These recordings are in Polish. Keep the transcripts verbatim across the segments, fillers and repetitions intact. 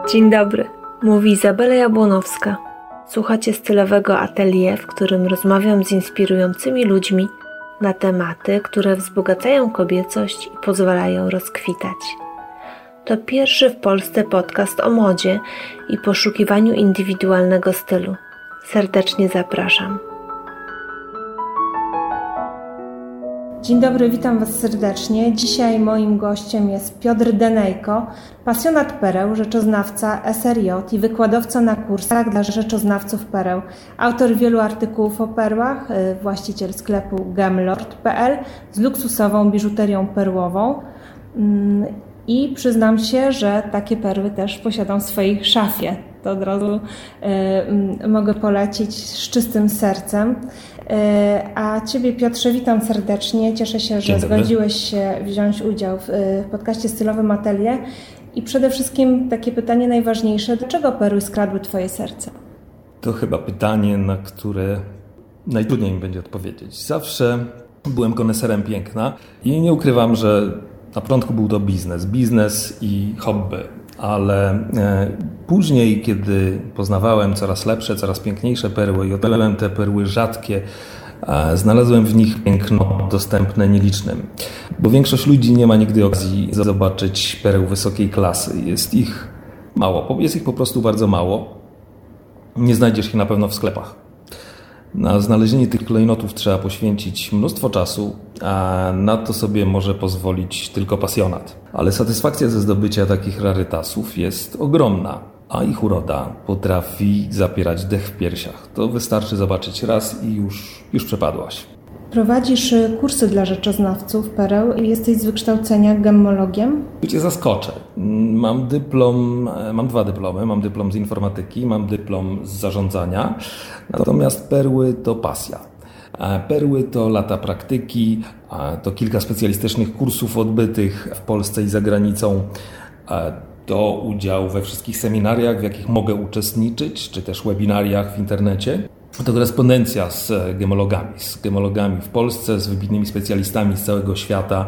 Dzień dobry, mówi Izabela Jabłonowska. Słuchacie stylowego atelier, w którym rozmawiam z inspirującymi ludźmi na tematy, które wzbogacają kobiecość i pozwalają rozkwitać. To pierwszy w Polsce podcast o modzie i poszukiwaniu indywidualnego stylu. Serdecznie zapraszam. Dzień dobry, witam Was serdecznie. Dzisiaj moim gościem jest Piotr Denejko, pasjonat pereł, rzeczoznawca S R J i wykładowca na kursach dla rzeczoznawców pereł. Autor wielu artykułów o perłach, właściciel sklepu gemlord kropka p l z luksusową biżuterią perłową. I przyznam się, że takie perły też posiadam w swojej szafie. To od razu y, mogę polecić z czystym sercem. Y, a Ciebie, Piotrze, witam serdecznie. Cieszę się, że zgodziłeś się wziąć udział w y, podcaście Stylowym Atelier. I przede wszystkim takie pytanie najważniejsze. Dlaczego perły skradły Twoje serce? To chyba pytanie, na które najtrudniej mi będzie odpowiedzieć. Zawsze byłem koneserem piękna i nie ukrywam, że na początku był to biznes, biznes i hobby, ale e, później, kiedy poznawałem coraz lepsze, coraz piękniejsze perły i odkryłem te perły rzadkie, e, znalazłem w nich piękno dostępne nielicznym, bo większość ludzi nie ma nigdy okazji zobaczyć pereł wysokiej klasy. Jest ich mało, jest ich po prostu bardzo mało. Nie znajdziesz ich na pewno w sklepach. Na znalezienie tych klejnotów trzeba poświęcić mnóstwo czasu, a na to sobie może pozwolić tylko pasjonat. Ale satysfakcja ze zdobycia takich rarytasów jest ogromna, a ich uroda potrafi zapierać dech w piersiach. To wystarczy zobaczyć raz i już, już przepadłaś. Prowadzisz kursy dla rzeczoznawców pereł i jesteś z wykształcenia gemmologiem? Tu Cię zaskoczę. Mam dyplom, mam dwa dyplomy. Mam dyplom z informatyki, mam dyplom z zarządzania. Natomiast perły to pasja. Perły to lata praktyki, to kilka specjalistycznych kursów odbytych w Polsce i za granicą. To udział we wszystkich seminariach, w jakich mogę uczestniczyć, czy też webinariach w internecie. To korespondencja z gemologami, z gemologami w Polsce, z wybitnymi specjalistami z całego świata.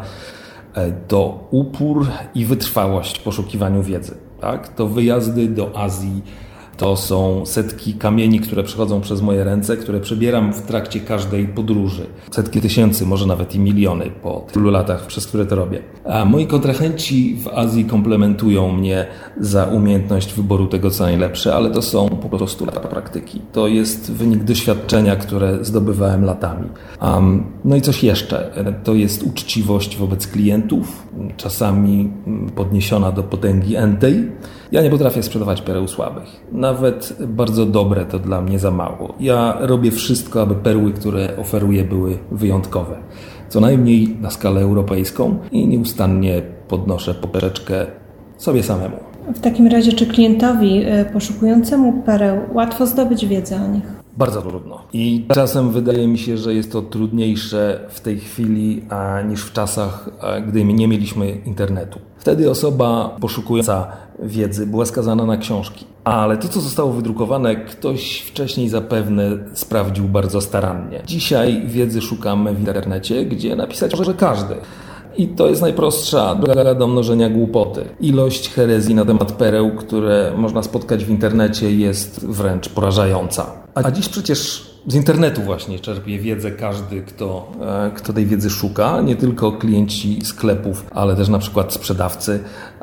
To upór i wytrwałość w poszukiwaniu wiedzy. Tak? To wyjazdy do Azji, to są setki kamieni, które przechodzą przez moje ręce, które przebieram w trakcie każdej podróży. Setki tysięcy, może nawet i miliony po tylu latach, przez które to robię. A moi kontrahenci w Azji komplementują mnie za umiejętność wyboru tego, co najlepsze, ale to są po prostu lata praktyki. To jest wynik doświadczenia, które zdobywałem latami. Um, no i coś jeszcze. To jest uczciwość wobec klientów, czasami podniesiona do potęgi entej. Ja nie potrafię sprzedawać pereł słabych. Nawet bardzo dobre to dla mnie za mało. Ja robię wszystko, aby perły, które oferuję, były wyjątkowe. Co najmniej na skalę europejską i nieustannie podnoszę poprzeczkę sobie samemu. W takim razie, czy klientowi poszukującemu pereł łatwo zdobyć wiedzę o nich? Bardzo trudno. I czasem wydaje mi się, że jest to trudniejsze w tej chwili a, niż w czasach, a, gdy nie mieliśmy internetu. Wtedy osoba poszukująca wiedzy była skazana na książki. Ale to, co zostało wydrukowane, ktoś wcześniej zapewne sprawdził bardzo starannie. Dzisiaj wiedzy szukamy w internecie, gdzie napisać może każdy. I to jest najprostsza droga do mnożenia głupoty. Ilość herezji na temat pereł, które można spotkać w internecie, jest wręcz porażająca. A dziś przecież z internetu właśnie czerpie wiedzę każdy, kto, kto tej wiedzy szuka. Nie tylko klienci sklepów, ale też na przykład sprzedawcy,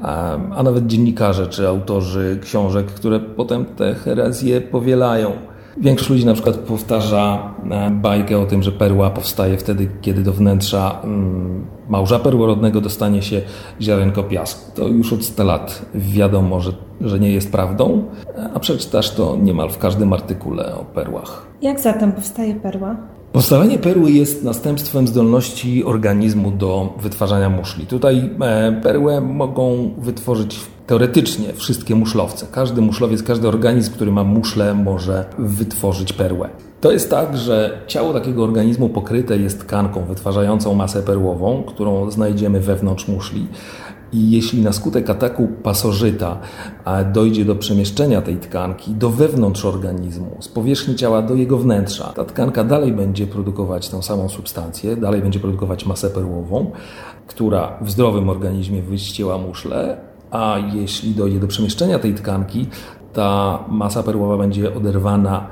a nawet dziennikarze czy autorzy książek, które potem te herezje powielają. Większość ludzi na przykład powtarza bajkę o tym, że perła powstaje wtedy, kiedy do wnętrza małża perłorodnego dostanie się ziarenko piasku. To już od stu lat wiadomo, że, że nie jest prawdą, a przeczytasz to niemal w każdym artykule o perłach. Jak zatem powstaje perła? Powstawanie perły jest następstwem zdolności organizmu do wytwarzania muszli. Tutaj perłę mogą wytworzyć teoretycznie wszystkie muszlowce. Każdy muszlowiec, każdy organizm, który ma muszlę, może wytworzyć perłę. To jest tak, że ciało takiego organizmu pokryte jest tkanką wytwarzającą masę perłową, którą znajdziemy wewnątrz muszli. I jeśli na skutek ataku pasożyta dojdzie do przemieszczenia tej tkanki do wewnątrz organizmu, z powierzchni ciała do jego wnętrza, ta tkanka dalej będzie produkować tą samą substancję, dalej będzie produkować masę perłową, która w zdrowym organizmie wyścięła muszlę, a jeśli dojdzie do przemieszczenia tej tkanki, ta masa perłowa będzie oderwana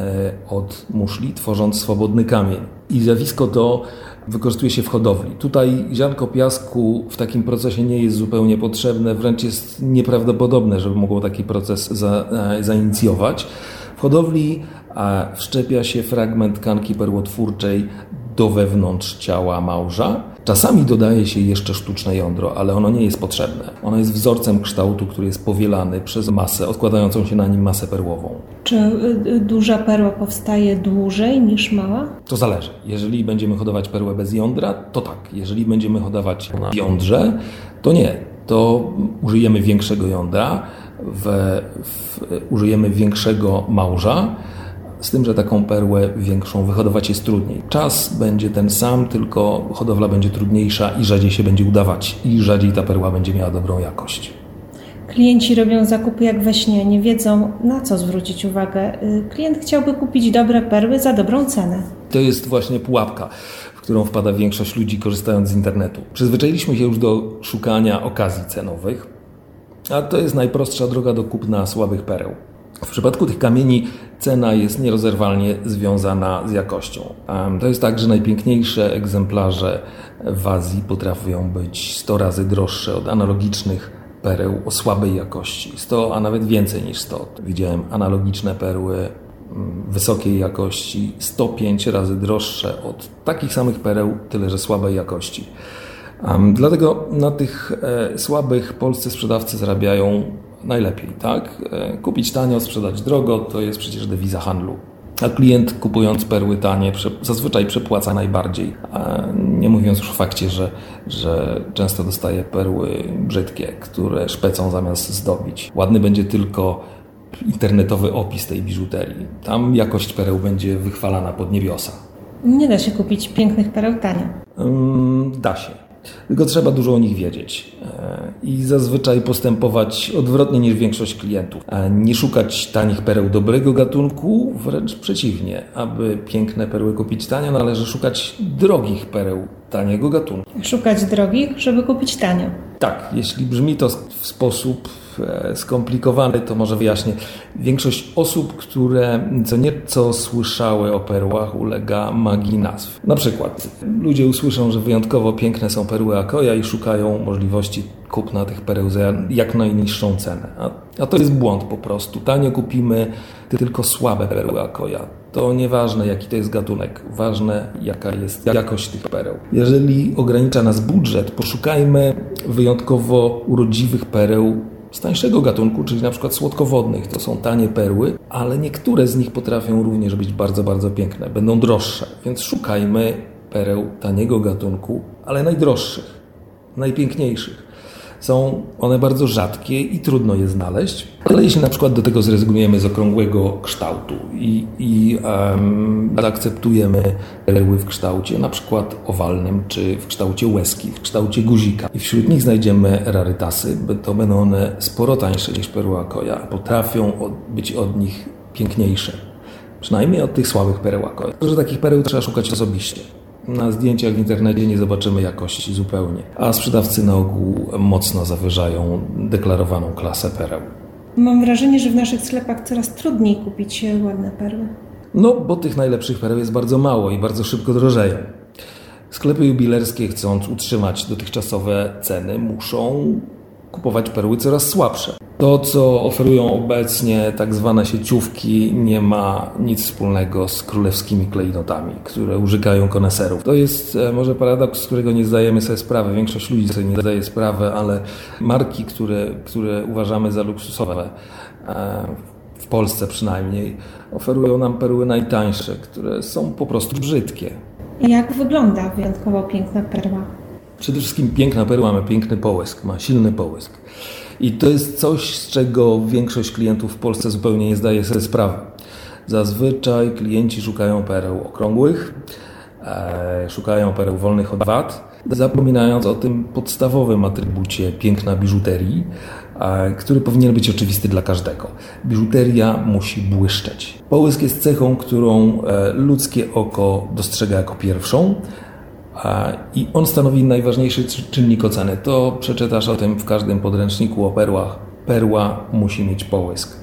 od muszli, tworząc swobodny kamień. I zjawisko to wykorzystuje się w hodowli. Tutaj ziarnko piasku w takim procesie nie jest zupełnie potrzebne, wręcz jest nieprawdopodobne, żeby mogło taki proces za, zainicjować. W hodowli wszczepia się fragment tkanki perłotwórczej do wewnątrz ciała małża. Czasami dodaje się jeszcze sztuczne jądro, ale ono nie jest potrzebne. Ono jest wzorcem kształtu, który jest powielany przez masę, odkładającą się na nim masę perłową. Czy duża perła powstaje dłużej niż mała? To zależy. Jeżeli będziemy hodować perłę bez jądra, to tak. Jeżeli będziemy hodować na jądrze, to nie. To użyjemy większego jądra, w, w, użyjemy większego małża, z tym, że taką perłę większą wyhodować jest trudniej. Czas będzie ten sam, tylko hodowla będzie trudniejsza i rzadziej się będzie udawać i rzadziej ta perła będzie miała dobrą jakość. Klienci robią zakupy jak we śnie, nie wiedzą, na co zwrócić uwagę. Klient chciałby kupić dobre perły za dobrą cenę. To jest właśnie pułapka, w którą wpada większość ludzi, korzystając z internetu. Przyzwyczailiśmy się już do szukania okazji cenowych, a to jest najprostsza droga do kupna słabych pereł. W przypadku tych kamieni cena jest nierozerwalnie związana z jakością. To jest tak, że najpiękniejsze egzemplarze w Azji potrafią być sto razy droższe od analogicznych pereł o słabej jakości. sto, a nawet więcej niż sto. Widziałem analogiczne perły wysokiej jakości, sto pięć razy droższe od takich samych pereł, tyle że słabej jakości. Dlatego na tych słabych polscy sprzedawcy zarabiają najlepiej, tak? Kupić tanio, sprzedać drogo, to jest przecież dewiza handlu. A klient, kupując perły tanie, zazwyczaj przepłaca najbardziej. Nie mówiąc już o fakcie, że, że często dostaje perły brzydkie, które szpecą zamiast zdobić. Ładny będzie tylko internetowy opis tej biżuterii. Tam jakość pereł będzie wychwalana pod niebiosa. Nie da się kupić pięknych pereł tanio. Um, da się. Tylko trzeba dużo o nich wiedzieć i zazwyczaj postępować odwrotnie niż większość klientów. Nie szukać tanich pereł dobrego gatunku, wręcz przeciwnie. Aby piękne perły kupić tanio, należy szukać drogich pereł taniego gatunku. Szukać drogich, żeby kupić tanio. Tak, jeśli brzmi to w sposób skomplikowany, to może wyjaśnię. Większość osób, które co nieco słyszały o perłach, ulega magii nazw. Na przykład ludzie usłyszą, że wyjątkowo piękne są perły Akoya i szukają możliwości kupna tych pereł za jak najniższą cenę. A, a to jest błąd po prostu. Tanio kupimy tylko słabe perły Akoya. To nieważne, jaki to jest gatunek. Ważne, jaka jest jakość tych pereł. Jeżeli ogranicza nas budżet, poszukajmy wyjątkowo urodziwych pereł z tańszego gatunku, czyli na przykład słodkowodnych. To są tanie perły, ale niektóre z nich potrafią również być bardzo, bardzo piękne. Będą droższe, więc szukajmy pereł taniego gatunku, ale najdroższych, najpiękniejszych. Są one bardzo rzadkie i trudno je znaleźć, ale jeśli na przykład do tego zrezygnujemy z okrągłego kształtu i, i um, zaakceptujemy perły w kształcie na przykład owalnym, czy w kształcie łezki, w kształcie guzika i wśród nich znajdziemy rarytasy, to będą one sporo tańsze niż perły Akoya, a potrafią od, być od nich piękniejsze. Przynajmniej od tych słabych pereł Akoya. Że takich pereł trzeba szukać osobiście. Na zdjęciach w internecie nie zobaczymy jakości zupełnie, a sprzedawcy na ogół mocno zawyżają deklarowaną klasę pereł. Mam wrażenie, że w naszych sklepach coraz trudniej kupić ładne perły. No, bo tych najlepszych pereł jest bardzo mało i bardzo szybko drożeją. Sklepy jubilerskie, chcąc utrzymać dotychczasowe ceny, muszą kupować perły coraz słabsze. To, co oferują obecnie tak zwane sieciówki, nie ma nic wspólnego z królewskimi klejnotami, które użykają koneserów. To jest może paradoks, z którego nie zdajemy sobie sprawy. Większość ludzi sobie nie zdaje sprawy, ale marki, które, które uważamy za luksusowe, w Polsce przynajmniej, oferują nam perły najtańsze, które są po prostu brzydkie. Jak wygląda wyjątkowo piękna perła? Przede wszystkim piękna perła ma piękny połysk, ma silny połysk. I to jest coś, z czego większość klientów w Polsce zupełnie nie zdaje sobie sprawy. Zazwyczaj klienci szukają pereł okrągłych, e, szukają pereł wolnych od wad, zapominając o tym podstawowym atrybucie piękna biżuterii, e, który powinien być oczywisty dla każdego. Biżuteria musi błyszczeć. Połysk jest cechą, którą e, ludzkie oko dostrzega jako pierwszą, I on stanowi najważniejszy czynnik oceny. To przeczytasz o tym w każdym podręczniku o perłach. Perła musi mieć połysk.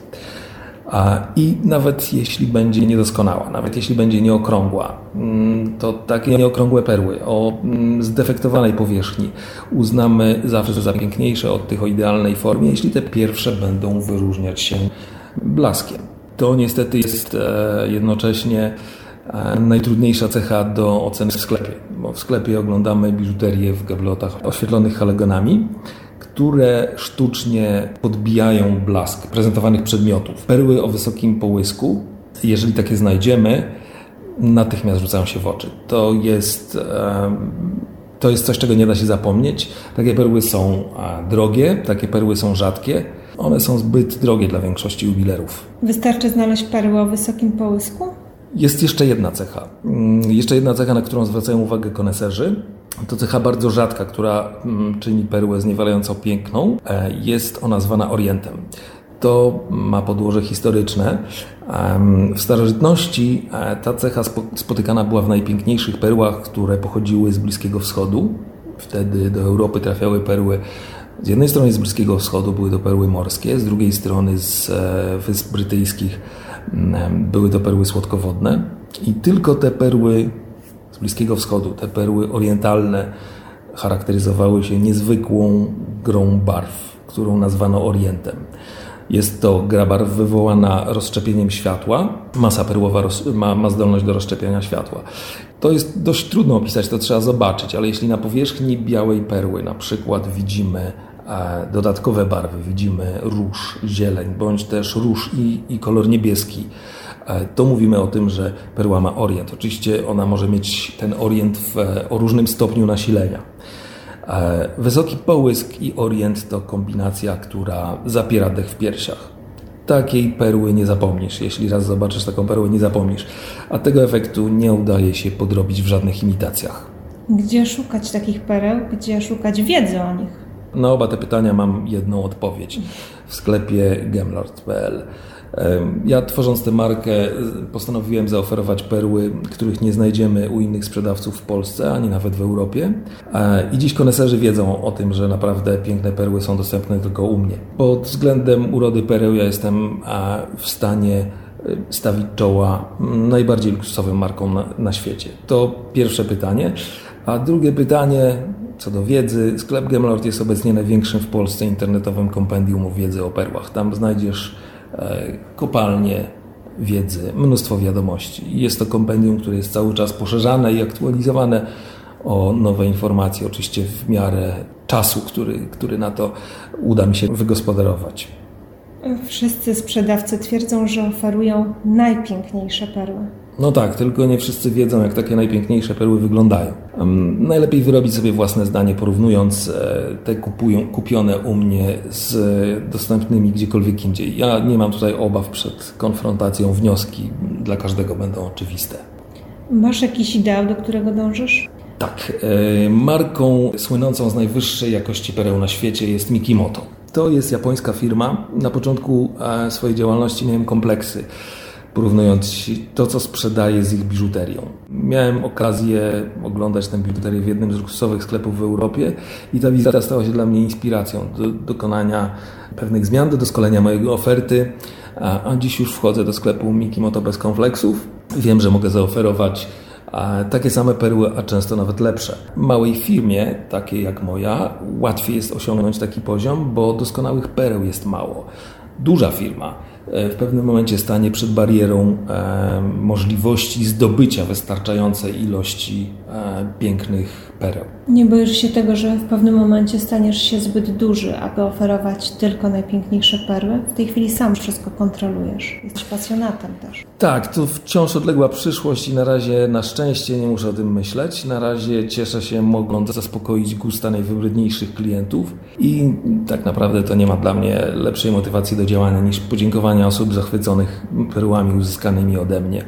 I nawet jeśli będzie niedoskonała, nawet jeśli będzie nieokrągła, to takie nieokrągłe perły o zdefektowanej powierzchni uznamy zawsze za piękniejsze od tych o idealnej formie, jeśli te pierwsze będą wyróżniać się blaskiem. To niestety jest jednocześnie najtrudniejsza cecha do oceny w sklepie, bo w sklepie oglądamy biżuterię w gablotach oświetlonych halogenami, które sztucznie podbijają blask prezentowanych przedmiotów. Perły o wysokim połysku, jeżeli takie znajdziemy, natychmiast rzucają się w oczy. To jest, to jest coś, czego nie da się zapomnieć. Takie perły są drogie, takie perły są rzadkie. One są zbyt drogie dla większości jubilerów. Wystarczy znaleźć perły o wysokim połysku? Jest jeszcze jedna cecha. Jeszcze jedna cecha, na którą zwracają uwagę koneserzy. To cecha bardzo rzadka, która czyni perłę zniewalająco piękną. Jest ona zwana orientem. To ma podłoże historyczne. W starożytności ta cecha spotykana była w najpiękniejszych perłach, które pochodziły z Bliskiego Wschodu. Wtedy do Europy trafiały perły. Z jednej strony z Bliskiego Wschodu były to perły morskie, z drugiej strony z Wysp Brytyjskich były to perły słodkowodne. I tylko te perły z Bliskiego Wschodu, te perły orientalne, charakteryzowały się niezwykłą grą barw, którą nazwano orientem. Jest to gra barw wywołana rozszczepieniem światła. Masa perłowa ma, ma zdolność do rozszczepiania światła. To jest dość trudno opisać, to trzeba zobaczyć, ale jeśli na powierzchni białej perły na przykład widzimy e, dodatkowe barwy, widzimy róż, zieleń, bądź też róż i, i kolor niebieski, e, to mówimy o tym, że perła ma orient. Oczywiście ona może mieć ten orient w, o różnym stopniu nasilenia. Wysoki połysk i orient to kombinacja, która zapiera dech w piersiach. Takiej perły nie zapomnisz. Jeśli raz zobaczysz taką perłę, nie zapomnisz. A tego efektu nie udaje się podrobić w żadnych imitacjach. Gdzie szukać takich pereł? Gdzie szukać wiedzy o nich? Na oba te pytania mam jedną odpowiedź. W sklepie gemlord kropka p l. Ja, tworząc tę markę, postanowiłem zaoferować perły, których nie znajdziemy u innych sprzedawców w Polsce, ani nawet w Europie. I dziś koneserzy wiedzą o tym, że naprawdę piękne perły są dostępne tylko u mnie. Pod względem urody pereł ja jestem w stanie stawić czoła najbardziej luksusowym markom na, na świecie. To pierwsze pytanie. A drugie pytanie, co do wiedzy. Sklep Gemlord jest obecnie największym w Polsce internetowym kompendium wiedzy o perłach. Tam znajdziesz kopalnie wiedzy, mnóstwo wiadomości. Jest to kompendium, które jest cały czas poszerzane i aktualizowane o nowe informacje, oczywiście w miarę czasu, który, który na to uda mi się wygospodarować. Wszyscy sprzedawcy twierdzą, że oferują najpiękniejsze perły. No tak, tylko nie wszyscy wiedzą, jak takie najpiękniejsze perły wyglądają. Um, najlepiej wyrobić sobie własne zdanie, porównując e, te kupują, kupione u mnie z e, dostępnymi gdziekolwiek indziej. Ja nie mam tutaj obaw przed konfrontacją, wnioski dla każdego będą oczywiste. Masz jakiś ideał, do którego dążysz? Tak, e, marką słynącą z najwyższej jakości pereł na świecie jest Mikimoto. To jest japońska firma. Na początku e, swojej działalności miałem kompleksy, porównując to, co sprzedaję z ich biżuterią. Miałem okazję oglądać tę biżuterię w jednym z luksusowych sklepów w Europie i ta wizyta stała się dla mnie inspiracją do dokonania pewnych zmian, do doskonalenia mojej oferty, a, a dziś już wchodzę do sklepu Mikimoto bez kompleksów. Wiem, że mogę zaoferować a, takie same perły, a często nawet lepsze. Małej firmie, takiej jak moja, łatwiej jest osiągnąć taki poziom, bo doskonałych pereł jest mało. Duża firma w pewnym momencie stanie przed barierą e, możliwości zdobycia wystarczającej ilości e, pięknych pereł. Nie boisz się tego, że w pewnym momencie staniesz się zbyt duży, aby oferować tylko najpiękniejsze perły? W tej chwili sam wszystko kontrolujesz. Jesteś pasjonatem też. Tak, to wciąż odległa przyszłość i na razie na szczęście nie muszę o tym myśleć. Na razie cieszę się, mogąc zaspokoić gusta najwybredniejszych klientów i tak naprawdę to nie ma dla mnie lepszej motywacji do działania niż podziękowania osób zachwyconych perłami uzyskanymi ode mnie.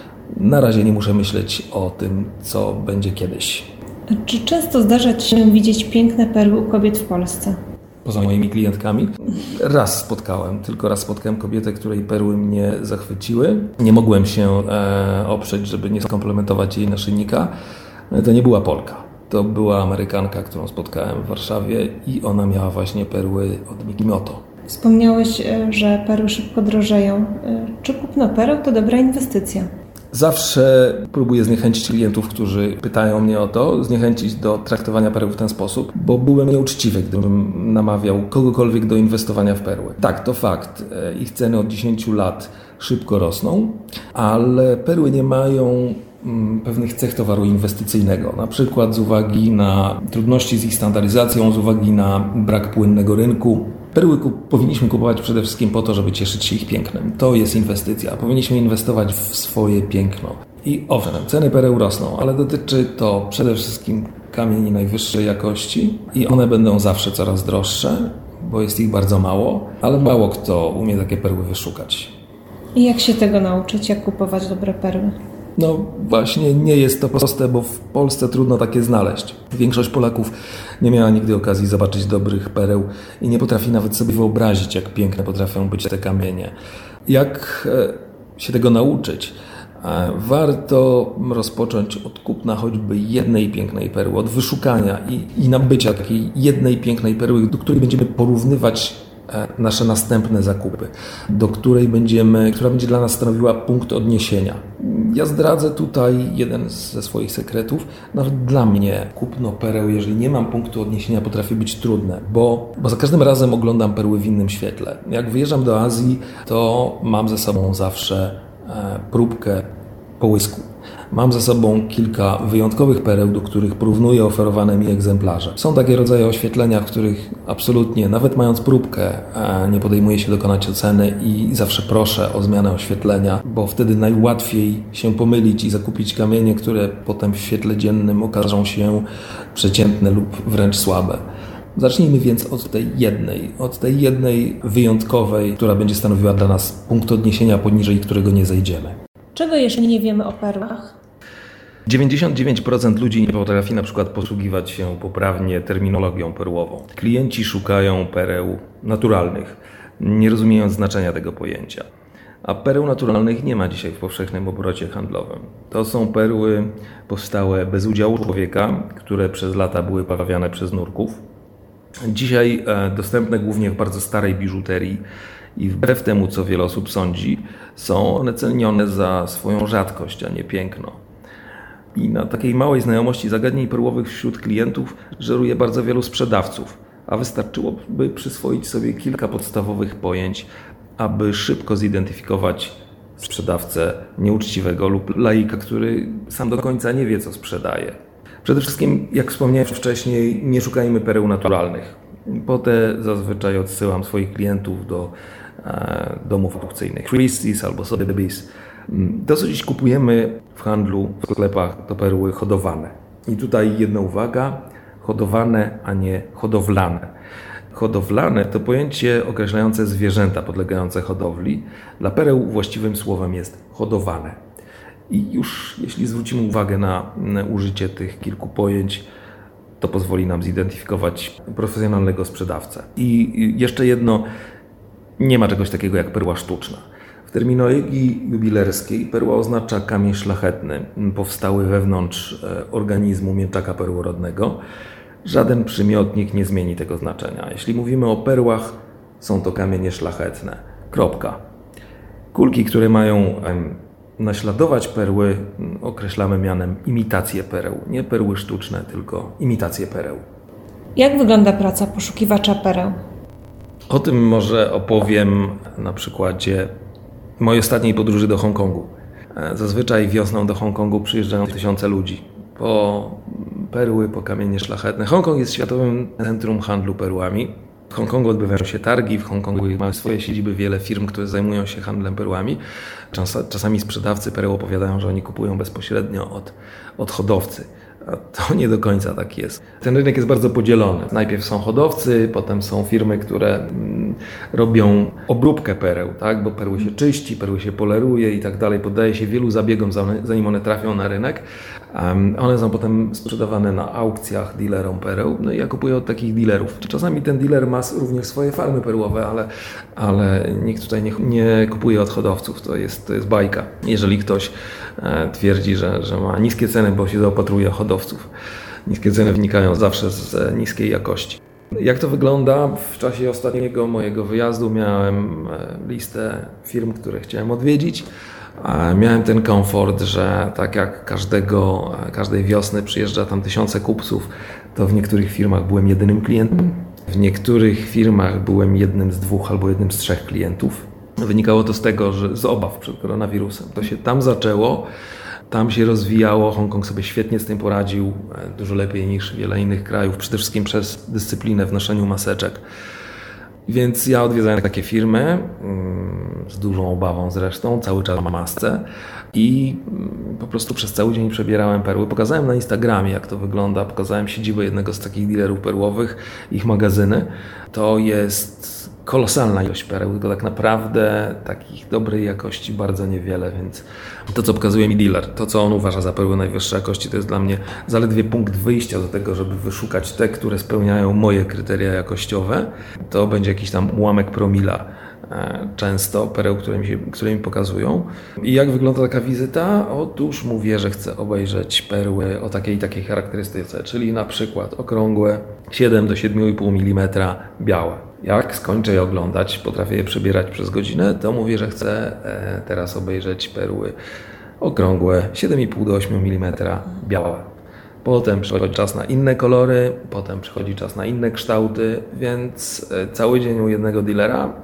Na razie nie muszę myśleć o tym, co będzie kiedyś. Czy często zdarza Ci się widzieć piękne perły u kobiet w Polsce? Poza moimi klientkami? Raz spotkałem, tylko raz spotkałem kobietę, której perły mnie zachwyciły. Nie mogłem się e, oprzeć, żeby nie skomplementować jej naszyjnika, To nie była Polka. To była Amerykanka, którą spotkałem w Warszawie i ona miała właśnie perły od Mikimoto. Wspomniałeś, że perły szybko drożeją. Czy kupno pereł to dobra inwestycja? Zawsze próbuję zniechęcić klientów, którzy pytają mnie o to, zniechęcić do traktowania pereł w ten sposób, bo byłem nieuczciwy, gdybym namawiał kogokolwiek do inwestowania w perły. Tak, to fakt. Ich ceny od dziesięciu lat szybko rosną, ale perły nie mają pewnych cech towaru inwestycyjnego, na przykład z uwagi na trudności z ich standaryzacją, z uwagi na brak płynnego rynku. Perły kup- powinniśmy kupować przede wszystkim po to, żeby cieszyć się ich pięknem. To jest inwestycja. Powinniśmy inwestować w swoje piękno. I owszem, ceny pereł rosną, ale dotyczy to przede wszystkim kamieni najwyższej jakości i one będą zawsze coraz droższe, bo jest ich bardzo mało, ale mało kto umie takie perły wyszukać. I jak się tego nauczyć, jak kupować dobre perły? No właśnie nie jest to proste, bo w Polsce trudno takie znaleźć. Większość Polaków nie miała nigdy okazji zobaczyć dobrych pereł i nie potrafi nawet sobie wyobrazić, jak piękne potrafią być te kamienie. Jak się tego nauczyć? Warto rozpocząć od kupna choćby jednej pięknej perły, od wyszukania i, i nabycia takiej jednej pięknej perły, do której będziemy porównywać nasze następne zakupy, do której będziemy, która będzie dla nas stanowiła punkt odniesienia. Ja zdradzę tutaj jeden ze swoich sekretów. Nawet dla mnie kupno pereł, jeżeli nie mam punktu odniesienia, potrafi być trudne, bo, bo za każdym razem oglądam perły w innym świetle. Jak wyjeżdżam do Azji, to mam ze sobą zawsze e, próbkę połysku. Mam ze sobą kilka wyjątkowych pereł, do których porównuję oferowane mi egzemplarze. Są takie rodzaje oświetlenia, w których absolutnie, nawet mając próbkę, nie podejmuję się dokonać oceny i zawsze proszę o zmianę oświetlenia, bo wtedy najłatwiej się pomylić i zakupić kamienie, które potem w świetle dziennym okażą się przeciętne lub wręcz słabe. Zacznijmy więc od tej jednej, od tej jednej wyjątkowej, która będzie stanowiła dla nas punkt odniesienia, poniżej którego nie zejdziemy. Czego jeszcze nie wiemy o perłach? dziewięćdziesiąt dziewięć procent ludzi nie potrafi na przykład posługiwać się poprawnie terminologią perłową. Klienci szukają pereł naturalnych, nie rozumiejąc znaczenia tego pojęcia. A pereł naturalnych nie ma dzisiaj w powszechnym obrocie handlowym. To są perły powstałe bez udziału człowieka, które przez lata były pawiane przez nurków. Dzisiaj dostępne głównie w bardzo starej biżuterii i wbrew temu, co wiele osób sądzi, są one cenione za swoją rzadkość, a nie piękno. I na takiej małej znajomości zagadnień perłowych wśród klientów żeruje bardzo wielu sprzedawców, a wystarczyłoby przyswoić sobie kilka podstawowych pojęć, aby szybko zidentyfikować sprzedawcę nieuczciwego lub laika, który sam do końca nie wie, co sprzedaje. Przede wszystkim, jak wspomniałem wcześniej, nie szukajmy pereł naturalnych. Po te zazwyczaj odsyłam swoich klientów do e, domów aukcyjnych Christie's albo Sotheby's. To, co dziś kupujemy w handlu, w sklepach, to perły hodowane. I tutaj jedna uwaga, hodowane, a nie hodowlane. Hodowlane to pojęcie określające zwierzęta podlegające hodowli. Dla pereł właściwym słowem jest hodowane. I już jeśli zwrócimy uwagę na, na użycie tych kilku pojęć, to pozwoli nam zidentyfikować profesjonalnego sprzedawcę. I jeszcze jedno, nie ma czegoś takiego jak perła sztuczna. W terminologii jubilerskiej perła oznacza kamień szlachetny, powstały wewnątrz organizmu mięczaka perłorodnego. Żaden przymiotnik nie zmieni tego znaczenia. Jeśli mówimy o perłach, są to kamienie szlachetne. Kropka. Kulki, które mają naśladować perły, określamy mianem imitacje pereł. Nie perły sztuczne, tylko imitacje pereł. Jak wygląda praca poszukiwacza pereł? O tym może opowiem na przykładzie mojej ostatniej podróży do Hongkongu. Zazwyczaj wiosną do Hongkongu przyjeżdżają tysiące ludzi. Po perły, po kamienie szlachetne. Hongkong jest światowym centrum handlu perłami. W Hongkongu odbywają się targi, w Hongkongu ma swoje siedziby wiele firm, które zajmują się handlem perłami. Czas, czasami sprzedawcy pereł opowiadają, że oni kupują bezpośrednio od, od hodowcy. A to nie do końca tak jest. Ten rynek jest bardzo podzielony. Najpierw są hodowcy, potem są firmy, które robią obróbkę pereł, tak? Bo perły się czyści, perły się poleruje i tak dalej, poddaje się wielu zabiegom, zanim one trafią na rynek. One są potem sprzedawane na aukcjach dealerom pereł, no i ja kupuję od takich dealerów. Czasami ten dealer ma również swoje farmy perłowe, ale, ale nikt tutaj nie, nie kupuje od hodowców, to jest, to jest bajka. Jeżeli ktoś twierdzi, że, że ma niskie ceny, bo się zaopatruje hodowców. Niskie ceny wynikają zawsze z niskiej jakości. Jak to wygląda? W czasie ostatniego mojego wyjazdu miałem listę firm, które chciałem odwiedzić. Miałem ten komfort, że tak jak każdego, każdej wiosny przyjeżdża tam tysiące kupców, to w niektórych firmach byłem jedynym klientem. W niektórych firmach byłem jednym z dwóch albo jednym z trzech klientów. Wynikało to z tego, że z obaw przed koronawirusem. To się tam zaczęło, tam się rozwijało, Hongkong sobie świetnie z tym poradził, dużo lepiej niż wiele innych krajów, przede wszystkim przez dyscyplinę w noszeniu maseczek. Więc ja odwiedzałem takie firmy, z dużą obawą zresztą, cały czas na masce i po prostu przez cały dzień przebierałem perły. Pokazałem na Instagramie, jak to wygląda, pokazałem siedzibę jednego z takich dealerów perłowych, ich magazyny. To jest kolosalna ilość pereł, tylko tak naprawdę takich dobrej jakości bardzo niewiele, więc to, co pokazuje mi dealer, to, co on uważa za perły najwyższej jakości, to jest dla mnie zaledwie punkt wyjścia do tego, żeby wyszukać te, które spełniają moje kryteria jakościowe. To będzie jakiś tam ułamek promila często pereł, które mi, się, które mi pokazują. I jak wygląda taka wizyta? Otóż mówię, że chcę obejrzeć perły o takiej i takiej charakterystyce, czyli na przykład okrągłe siedem do siedmiu i pół milimetra białe. Jak skończę je oglądać, potrafię je przebierać przez godzinę, to mówię, że chcę teraz obejrzeć perły okrągłe siedem i pół do ośmiu milimetra białe. Potem przychodzi czas na inne kolory, potem przychodzi czas na inne kształty, więc cały dzień u jednego dealera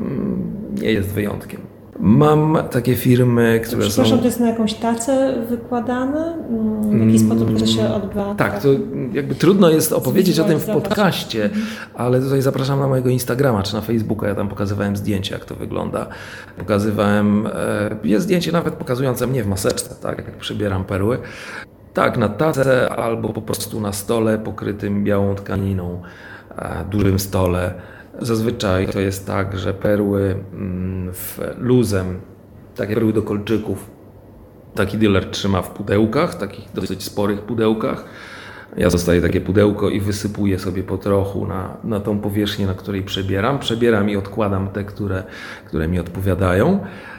nie jest wyjątkiem. Mam takie firmy, które to, są... Przepraszam, to jest na jakąś tacę wykładane? W jaki sposób to się odbywa? Tak, to jakby trudno jest opowiedzieć o tym w podcaście, ale tutaj zapraszam na mojego Instagrama czy na Facebooka. Ja tam pokazywałem zdjęcia, jak to wygląda. Pokazywałem, jest zdjęcie nawet pokazujące mnie w maseczce, tak, jak przybieram perły. Tak, na tacę albo po prostu na stole pokrytym białą tkaniną, dużym stole. Zazwyczaj to jest tak, że perły w luzem, takie perły do kolczyków, taki dealer trzyma w pudełkach, takich dosyć sporych pudełkach. Ja dostaję takie pudełko i wysypuję sobie po trochu na, na tą powierzchnię, na której przebieram. Przebieram i odkładam te, które, które mi odpowiadają.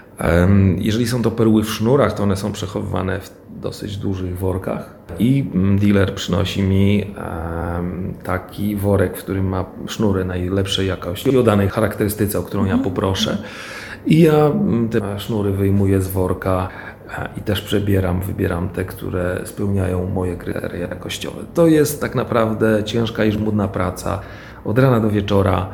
Jeżeli są to perły w sznurach, to one są przechowywane w dosyć dużych workach i dealer przynosi mi taki worek, w którym ma sznury najlepszej jakości o danej charakterystyce, o którą ja poproszę. I ja te sznury wyjmuję z worka i też przebieram, wybieram te, które spełniają moje kryteria jakościowe. To jest tak naprawdę ciężka i żmudna praca od rana do wieczora.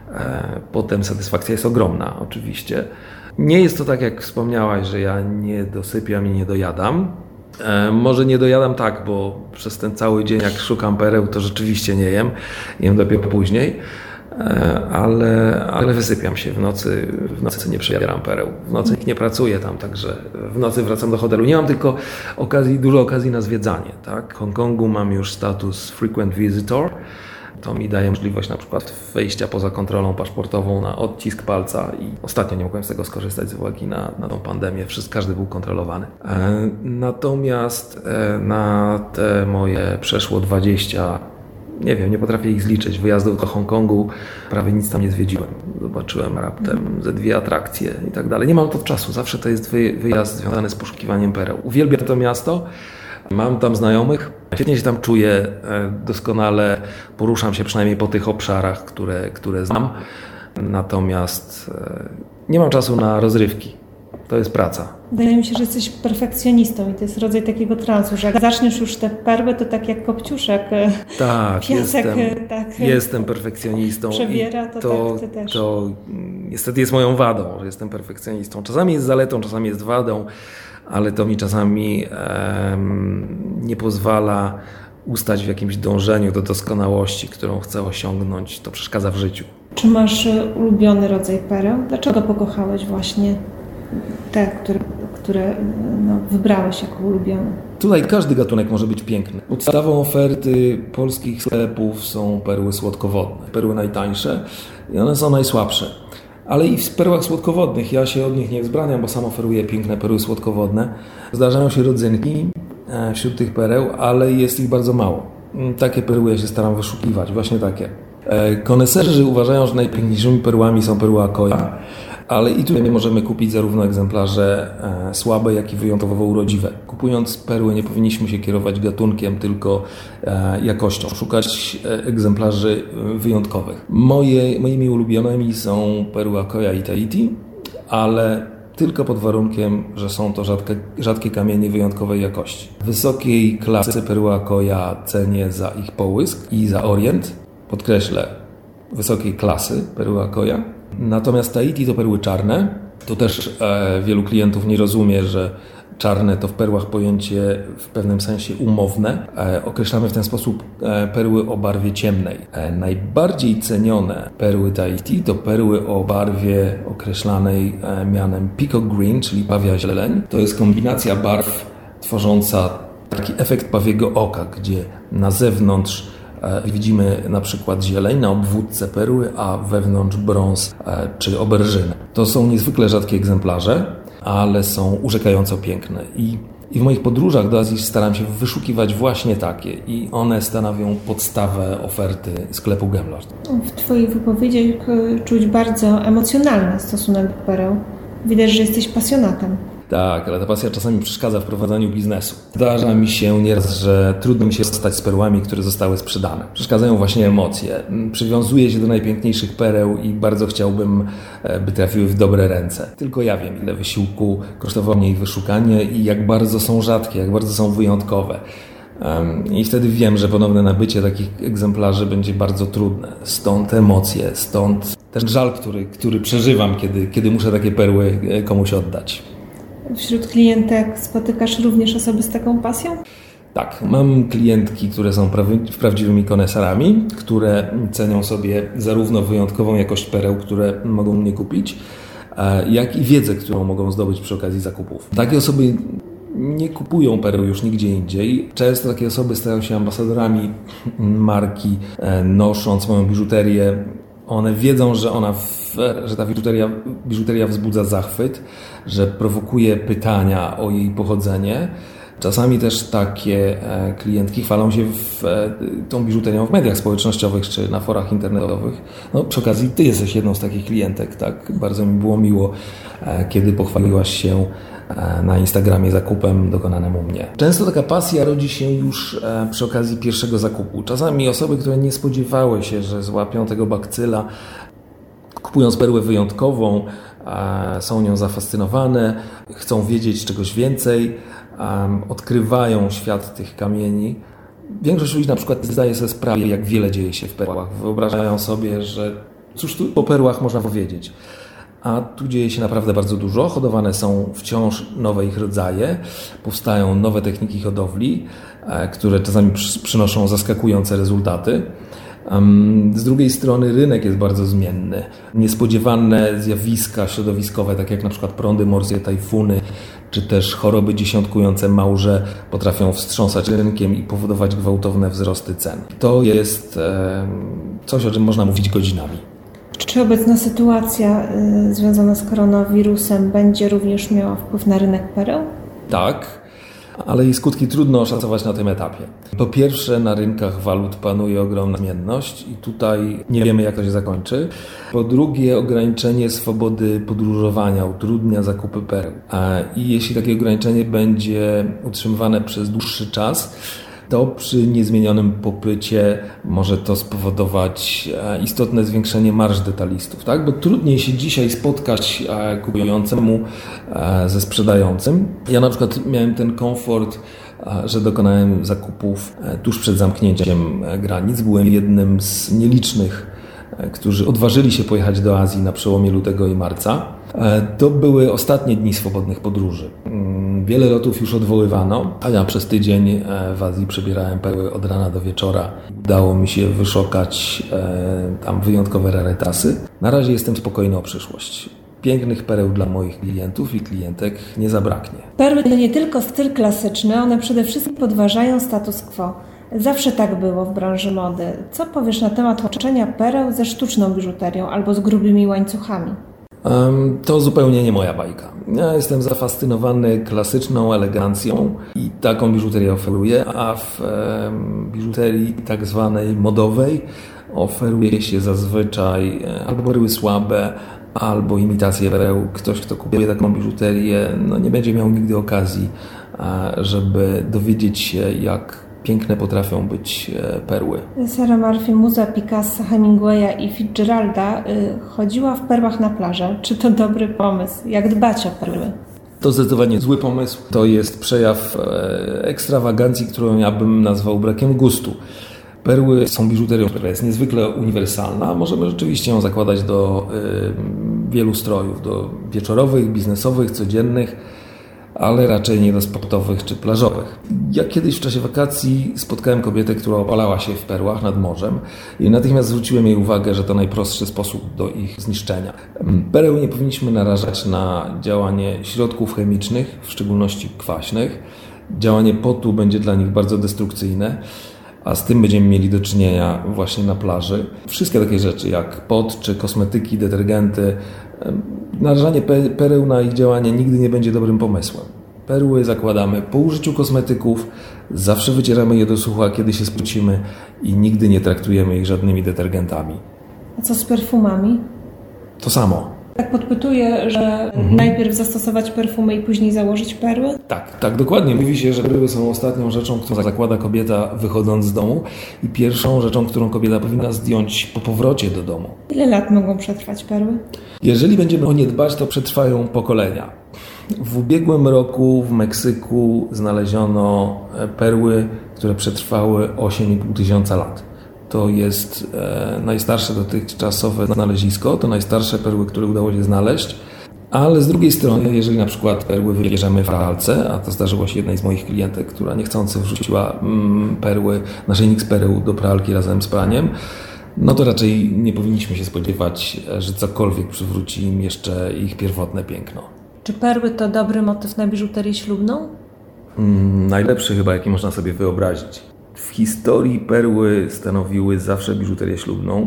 Potem satysfakcja jest ogromna oczywiście. Nie jest to tak, jak wspomniałaś, że ja nie dosypiam i nie dojadam. E, może nie dojadam tak, bo przez ten cały dzień, jak szukam pereł, to rzeczywiście nie jem. Jem dopiero później, e, ale, ale wysypiam się w nocy. W nocy nie przebieram pereł. W nocy nie pracuję tam, także w nocy wracam do hotelu. Nie mam tylko okazji, dużo okazji na zwiedzanie. Tak? W Hongkongu mam już status frequent visitor. To mi daje możliwość na przykład wejścia poza kontrolą paszportową na odcisk palca i ostatnio nie mogłem z tego skorzystać z uwagi na, na tą pandemię. Wszystko, każdy był kontrolowany. E, natomiast e, na te moje przeszło dwadzieścia, nie wiem, nie potrafię ich zliczyć, wyjazdów do Hongkongu, prawie nic tam nie zwiedziłem. Zobaczyłem raptem ze dwie atrakcje i tak dalej. Nie mam to czasu, zawsze to jest wy, wyjazd związany z poszukiwaniem pereł. Uwielbiam to miasto. Mam tam znajomych, świetnie się tam czuję, doskonale poruszam się przynajmniej po tych obszarach, które, które znam, natomiast nie mam czasu na rozrywki. To jest praca. Wydaje mi się, że jesteś perfekcjonistą i to jest rodzaj takiego transu, że jak zaczniesz już te perły, to tak jak Kopciuszek, tak, piasek jestem, tak jestem perfekcjonistą. Przebiera, to, to tak ty też. To niestety jest moją wadą, że jestem perfekcjonistą. Czasami jest zaletą, czasami jest wadą, ale to mi czasami um, nie pozwala ustać w jakimś dążeniu do doskonałości, którą chcę osiągnąć. To przeszkadza w życiu. Czy masz ulubiony rodzaj pereł? Dlaczego pokochałeś właśnie te, które, które no, wybrałeś jako ulubione? Tutaj każdy gatunek może być piękny. Podstawą oferty polskich sklepów są perły słodkowodne, perły najtańsze i one są najsłabsze. Ale i w perłach słodkowodnych, ja się od nich nie wzbraniam, bo sam oferuję piękne perły słodkowodne. Zdarzają się rodzynki wśród tych pereł, ale jest ich bardzo mało. Takie perły ja się staram wyszukiwać, właśnie takie. Koneserzy uważają, że najpiękniejszymi perłami są perły Akoya, ale i tutaj możemy kupić zarówno egzemplarze słabe, jak i wyjątkowo urodziwe. Kupując perły nie powinniśmy się kierować gatunkiem, tylko jakością. Szukać egzemplarzy wyjątkowych. Moje, moimi ulubionymi są perły Akoya i Tahiti, ale tylko pod warunkiem, że są to rzadkie, rzadkie kamienie wyjątkowej jakości. Wysokiej klasy perły Akoya cenię za ich połysk i za orient. Podkreślę, wysokiej klasy perły Akoya. Natomiast Tahiti to perły czarne. To też e, wielu klientów nie rozumie, że czarne to w perłach pojęcie w pewnym sensie umowne. E, określamy w ten sposób e, perły o barwie ciemnej. E, najbardziej cenione perły Tahiti to perły o barwie określanej e, mianem peacock green, czyli pawia zieleń. To jest kombinacja barw tworząca taki efekt pawiego oka, gdzie na zewnątrz widzimy na przykład zieleń na obwódce perły, a wewnątrz brąz czy oberżynę. To są niezwykle rzadkie egzemplarze, ale są urzekająco piękne. I, I w moich podróżach do Azji staram się wyszukiwać właśnie takie i one stanowią podstawę oferty sklepu Gemlord. W Twoich wypowiedziach czuć bardzo emocjonalny stosunek do pereł. Widać, że jesteś pasjonatem. Tak, ale ta pasja czasami przeszkadza w prowadzeniu biznesu. Zdarza mi się nieraz, że trudno mi się stać z perłami, które zostały sprzedane. Przeszkadzają właśnie emocje. Przywiązuję się do najpiękniejszych pereł i bardzo chciałbym, by trafiły w dobre ręce. Tylko ja wiem, ile wysiłku kosztowało mnie ich wyszukanie i jak bardzo są rzadkie, jak bardzo są wyjątkowe. I wtedy wiem, że ponowne nabycie takich egzemplarzy będzie bardzo trudne. Stąd emocje, stąd ten żal, który, który przeżywam, kiedy, kiedy muszę takie perły komuś oddać. Wśród klientek spotykasz również osoby z taką pasją? Tak, mam klientki, które są prawi- prawdziwymi koneserami, które cenią sobie zarówno wyjątkową jakość pereł, które mogą mnie kupić, jak i wiedzę, którą mogą zdobyć przy okazji zakupów. Takie osoby nie kupują pereł już nigdzie indziej. Często takie osoby stają się ambasadorami marki, nosząc moją biżuterię. One wiedzą, że ona, że ta biżuteria, biżuteria wzbudza zachwyt, że prowokuje pytania o jej pochodzenie. Czasami też takie klientki chwalą się w, tą biżuterią w mediach społecznościowych czy na forach internetowych. No, przy okazji ty jesteś jedną z takich klientek, tak? Bardzo mi było miło, kiedy pochwaliłaś się na Instagramie zakupem dokonanym u mnie. Często taka pasja rodzi się już przy okazji pierwszego zakupu. Czasami osoby, które nie spodziewały się, że złapią tego bakcyla, kupując perłę wyjątkową, są nią zafascynowane, chcą wiedzieć czegoś więcej, odkrywają świat tych kamieni. Większość ludzi na przykład zdaje sobie sprawę, jak wiele dzieje się w perłach. Wyobrażają sobie, że cóż tu o perłach można powiedzieć. A tu dzieje się naprawdę bardzo dużo. Hodowane są wciąż nowe ich rodzaje, powstają nowe techniki hodowli, które czasami przynoszą zaskakujące rezultaty. Z drugiej strony rynek jest bardzo zmienny. Niespodziewane zjawiska środowiskowe, tak jak na przykład prądy morskie, tajfuny, czy też choroby dziesiątkujące małże potrafią wstrząsać rynkiem i powodować gwałtowne wzrosty cen. To jest coś, o czym można mówić godzinami. Czy obecna sytuacja y, związana z koronawirusem będzie również miała wpływ na rynek pereł? Tak, ale jej skutki trudno oszacować na tym etapie. Po pierwsze, na rynkach walut panuje ogromna zmienność i tutaj nie wiemy, jak to się zakończy. Po drugie, ograniczenie swobody podróżowania utrudnia zakupy pereł. I jeśli takie ograniczenie będzie utrzymywane przez dłuższy czas, to przy niezmienionym popycie może to spowodować istotne zwiększenie marż detalistów, tak? Bo trudniej się dzisiaj spotkać kupującemu ze sprzedającym. Ja na przykład miałem ten komfort, że dokonałem zakupów tuż przed zamknięciem granic. Byłem jednym z nielicznych, którzy odważyli się pojechać do Azji na przełomie lutego i marca. To były ostatnie dni swobodnych podróży. Wiele lotów już odwoływano, a ja przez tydzień w Azji przebierałem perły od rana do wieczora. Udało mi się wyszukać tam wyjątkowe rarytasy. Na razie jestem spokojny o przyszłość. pięknych pereł dla moich klientów i klientek nie zabraknie. Perły to nie tylko styl klasyczny, one przede wszystkim podważają status quo. Zawsze tak było w branży mody. Co powiesz na temat łączenia pereł ze sztuczną biżuterią albo z grubymi łańcuchami? Um, to zupełnie nie moja bajka. Ja jestem zafascynowany klasyczną elegancją i taką biżuterię oferuję, a w um, biżuterii tak zwanej modowej oferuje się zazwyczaj albo perły słabe, albo imitacje pereł. Ktoś, kto kupuje taką biżuterię, no nie będzie miał nigdy okazji, żeby dowiedzieć się, jak piękne potrafią być perły. Sarah Murphy, muza Picassa, Hemingwaya i Fitzgeralda, chodziła w perłach na plażę. Czy to dobry pomysł? Jak dbać o perły? To zdecydowanie zły pomysł. To jest przejaw ekstrawagancji, którą ja bym nazwał brakiem gustu. Perły są biżuterią, która jest niezwykle uniwersalna. Możemy rzeczywiście ją zakładać do y, wielu strojów, do wieczorowych, biznesowych, codziennych, ale raczej nie do sportowych czy plażowych. Ja kiedyś w czasie wakacji spotkałem kobietę, która opalała się w perłach nad morzem i natychmiast zwróciłem jej uwagę, że to najprostszy sposób do ich zniszczenia. Pereł nie powinniśmy narażać na działanie środków chemicznych, w szczególności kwaśnych. Działanie potu będzie dla nich bardzo destrukcyjne, a z tym będziemy mieli do czynienia właśnie na plaży. Wszystkie takie rzeczy jak pot czy kosmetyki, detergenty, narażanie pereł na ich działanie nigdy nie będzie dobrym pomysłem. Perły zakładamy po użyciu kosmetyków, zawsze wycieramy je do sucha, kiedy się spocimy i nigdy nie traktujemy ich żadnymi detergentami. A co z perfumami? To samo. Tak podpytuję, że mhm. najpierw zastosować perfumy i później założyć perły? Tak, tak, dokładnie. Mówi się, że perły są ostatnią rzeczą, którą zakłada kobieta wychodząc z domu i pierwszą rzeczą, którą kobieta powinna zdjąć po powrocie do domu. Ile lat mogą przetrwać perły? Jeżeli będziemy o nie dbać, to przetrwają pokolenia. W ubiegłym roku w Meksyku znaleziono perły, które przetrwały osiem i pół tysiąca lat. To jest e, najstarsze dotychczasowe znalezisko, to najstarsze perły, które udało się znaleźć, ale z drugiej strony, jeżeli na przykład perły wybierzemy w pralce, a to zdarzyło się jednej z moich klientek, która niechcący wrzuciła mm, perły, naszyjnik z pereł do pralki razem z praniem, no to raczej nie powinniśmy się spodziewać, że cokolwiek przywróci im jeszcze ich pierwotne piękno. Czy perły to dobry motyw na biżuterię ślubną? Mm, najlepszy chyba, jaki można sobie wyobrazić. W historii perły stanowiły zawsze biżuterię ślubną.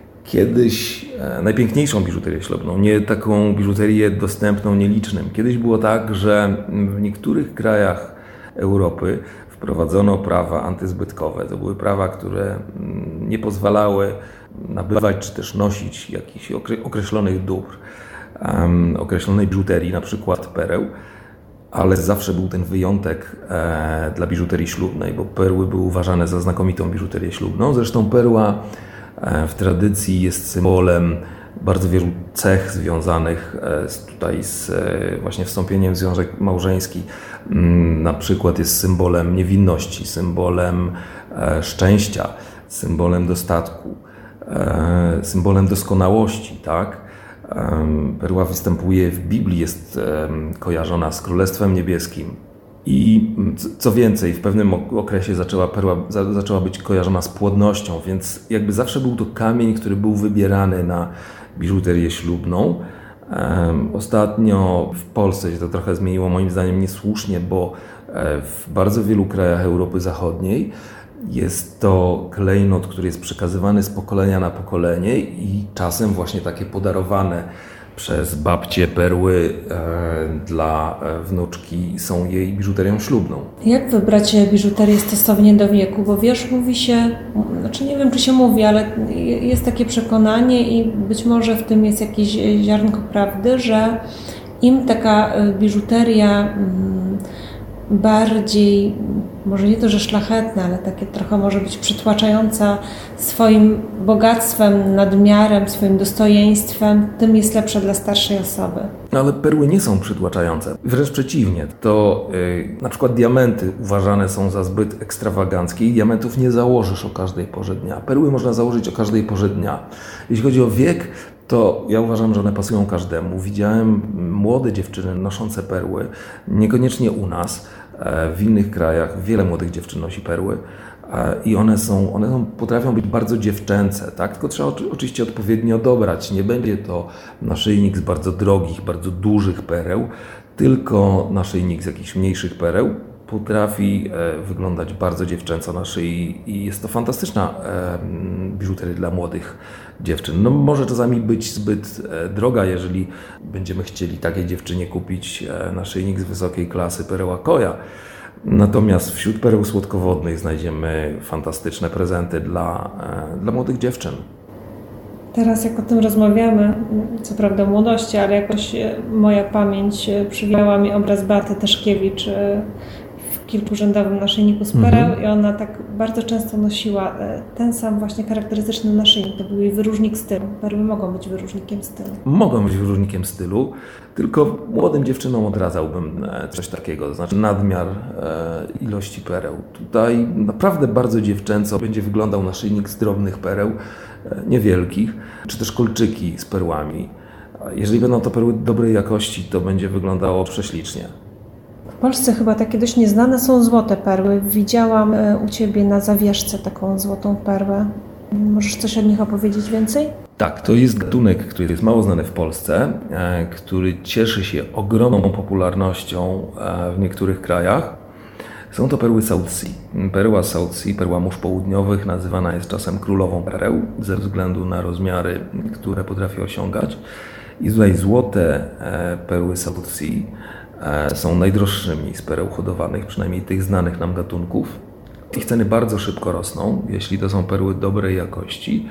Kiedyś e, najpiękniejszą biżuterię ślubną, nie taką biżuterię dostępną nielicznym. Kiedyś było tak, że w niektórych krajach Europy wprowadzono prawa antyzbytkowe. To były prawa, które nie pozwalały nabywać czy też nosić jakichś określonych dóbr, um, określonej biżuterii, na przykład pereł. Ale zawsze był ten wyjątek e, dla biżuterii ślubnej, bo perły były uważane za znakomitą biżuterię ślubną. Zresztą perła e, w tradycji jest symbolem bardzo wielu cech związanych e, z, tutaj z e, właśnie wstąpieniem w związek małżeński. Mm, na przykład jest symbolem niewinności, symbolem e, szczęścia, symbolem dostatku, e, symbolem doskonałości, tak? Perła występuje w Biblii, jest kojarzona z Królestwem Niebieskim i co więcej, w pewnym okresie zaczęła perła zaczęła być kojarzona z płodnością, więc jakby zawsze był to kamień, który był wybierany na biżuterię ślubną. Ostatnio w Polsce się to trochę zmieniło, moim zdaniem niesłusznie, bo w bardzo wielu krajach Europy Zachodniej jest to klejnot, który jest przekazywany z pokolenia na pokolenie i czasem właśnie takie podarowane przez babcie perły e, dla wnuczki są jej biżuterią ślubną. Jak wybrać biżuterię stosownie do wieku? Bo wiesz, mówi się, znaczy nie wiem czy się mówi, ale jest takie przekonanie i być może w tym jest jakieś ziarnko prawdy, że im taka biżuteria bardziej, może nie to, że szlachetna, ale takie trochę może być przytłaczająca swoim bogactwem, nadmiarem, swoim dostojeństwem, tym jest lepsza dla starszej osoby. No ale perły nie są przytłaczające. Wręcz przeciwnie. To yy, na przykład diamenty uważane są za zbyt ekstrawaganckie i diamentów nie założysz o każdej porze dnia. Perły można założyć o każdej porze dnia. Jeśli chodzi o wiek, to ja uważam, że one pasują każdemu. Widziałem młode dziewczyny noszące perły, niekoniecznie u nas, w innych krajach wiele młodych dziewczyn nosi perły, i one są, one są, potrafią być bardzo dziewczęce, tak? Tylko trzeba oczywiście odpowiednio dobrać. Nie będzie to naszyjnik z bardzo drogich, bardzo dużych pereł, tylko naszyjnik z jakichś mniejszych pereł. Potrafi wyglądać bardzo dziewczęco na szyi i jest to fantastyczna biżuteria dla młodych dziewczyn. No, może czasami być zbyt droga, jeżeli będziemy chcieli takiej dziewczynie kupić naszyjnik z wysokiej klasy pereł Akoya. Natomiast wśród pereł słodkowodnych znajdziemy fantastyczne prezenty dla, dla młodych dziewczyn. Teraz jak o tym rozmawiamy, co prawda o młodości, ale jakoś moja pamięć przywiała mi obraz Beaty Tyszkiewicz w kilkurzędowym naszyjniku z pereł mhm. i ona tak bardzo często nosiła ten sam właśnie charakterystyczny naszyjnik. To był jej wyróżnik stylu. Perły mogą być wyróżnikiem stylu. Mogą być wyróżnikiem stylu, tylko młodym dziewczynom odradzałbym coś takiego, to znaczy nadmiar ilości pereł. Tutaj naprawdę bardzo dziewczęco będzie wyglądał naszyjnik z drobnych pereł, niewielkich, czy też kolczyki z perłami. Jeżeli będą to perły dobrej jakości, to będzie wyglądało prześlicznie. W Polsce chyba takie dość nieznane są złote perły. Widziałam u Ciebie na zawieszce taką złotą perłę. Możesz coś o nich opowiedzieć więcej? Tak, to jest gatunek, który jest mało znany w Polsce, który cieszy się ogromną popularnością w niektórych krajach. Są to perły South Sea. Perła South Sea, perła mórz południowych, nazywana jest czasem królową pereł ze względu na rozmiary, które potrafi osiągać. I tutaj złote perły South Sea są najdroższymi z pereł hodowanych, przynajmniej tych znanych nam gatunków. Ich ceny bardzo szybko rosną, jeśli to są perły dobrej jakości.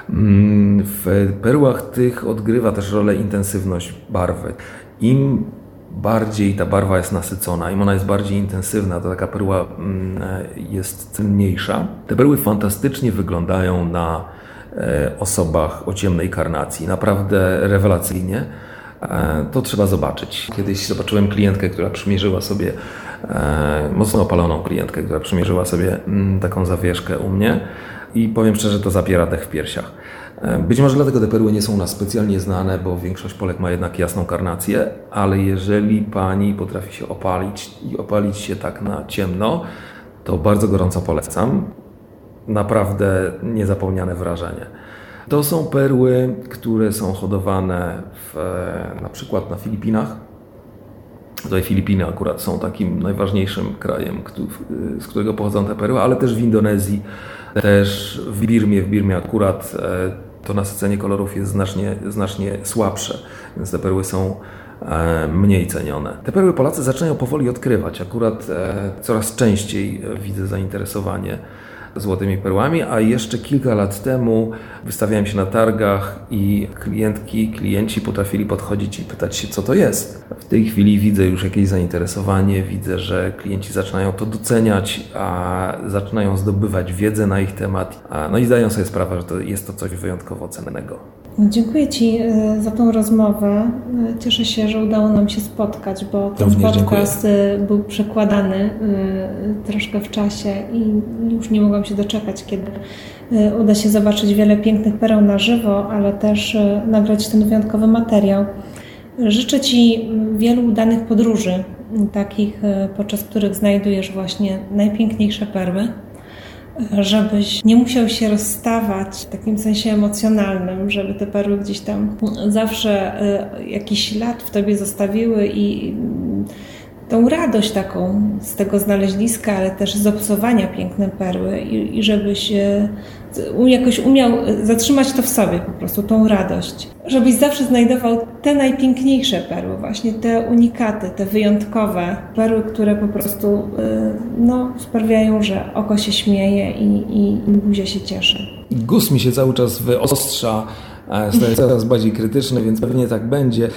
W perłach tych odgrywa też rolę intensywność barwy. Im bardziej ta barwa jest nasycona, im ona jest bardziej intensywna, to taka perła jest cenniejsza. Te perły fantastycznie wyglądają na osobach o ciemnej karnacji, naprawdę rewelacyjnie. To trzeba zobaczyć. Kiedyś zobaczyłem klientkę, która przymierzyła sobie, mocno opaloną klientkę, która przymierzyła sobie taką zawieszkę u mnie i powiem szczerze, to zapiera dech w piersiach. Być może dlatego te perły nie są u nas specjalnie znane, bo większość Polek ma jednak jasną karnację, ale jeżeli pani potrafi się opalić i opalić się tak na ciemno, to bardzo gorąco polecam. Naprawdę niezapomniane wrażenie. To są perły, które są hodowane w, na przykład na Filipinach. Tutaj Filipiny akurat są takim najważniejszym krajem, z którego pochodzą te perły, ale też w Indonezji, też w Birmie. W Birmie akurat to nasycenie kolorów jest znacznie, znacznie słabsze, więc te perły są mniej cenione. Te perły Polacy zaczynają powoli odkrywać. Akurat coraz częściej widzę zainteresowanie złotymi perłami, a jeszcze kilka lat temu wystawiałem się na targach i klientki, klienci potrafili podchodzić i pytać się, co to jest. W tej chwili widzę już jakieś zainteresowanie, widzę, że klienci zaczynają to doceniać, a zaczynają zdobywać wiedzę na ich temat, a no i zdają sobie sprawę, że to jest to coś wyjątkowo cennego. Dziękuję Ci za tą rozmowę. Cieszę się, że udało nam się spotkać, bo ten Również podcast dziękuję. Był przekładany troszkę w czasie i już nie mogłam się doczekać, kiedy uda się zobaczyć wiele pięknych pereł na żywo, ale też nagrać ten wyjątkowy materiał. Życzę Ci wielu udanych podróży, takich, podczas których znajdujesz właśnie najpiękniejsze perły, żebyś nie musiał się rozstawać w takim sensie emocjonalnym, żeby te perły gdzieś tam zawsze jakiś ślad w Tobie zostawiły i tą radość taką z tego znaleźliska, ale też z obcowania piękne perły i, i żebyś jakoś umiał zatrzymać to w sobie po prostu, tą radość. Żebyś zawsze znajdował te najpiękniejsze perły, właśnie te unikaty, te wyjątkowe perły, które po prostu no, sprawiają, że oko się śmieje i, i, i buzia się cieszy. Gust mi się cały czas wyostrza, staje coraz bardziej krytyczny, więc pewnie tak będzie.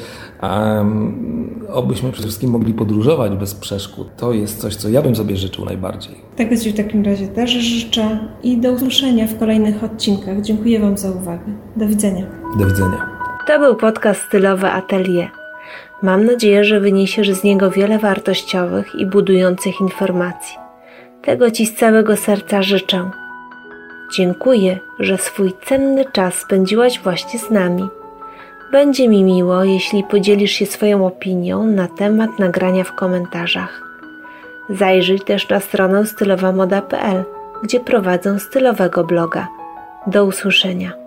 Um, obyśmy przede wszystkim mogli podróżować bez przeszkód. To jest coś, co ja bym sobie życzył najbardziej. Tego Ci w takim razie też życzę i do usłyszenia w kolejnych odcinkach. Dziękuję Wam za uwagę. Do widzenia. Do widzenia. To był podcast Stylowe Atelier. Mam nadzieję, że wyniesiesz z niego wiele wartościowych i budujących informacji. Tego Ci z całego serca życzę. Dziękuję, że swój cenny czas spędziłaś właśnie z nami. Będzie mi miło, jeśli podzielisz się swoją opinią na temat nagrania w komentarzach. Zajrzyj też na stronę stylowa moda kropka p l, gdzie prowadzę stylowego bloga. Do usłyszenia.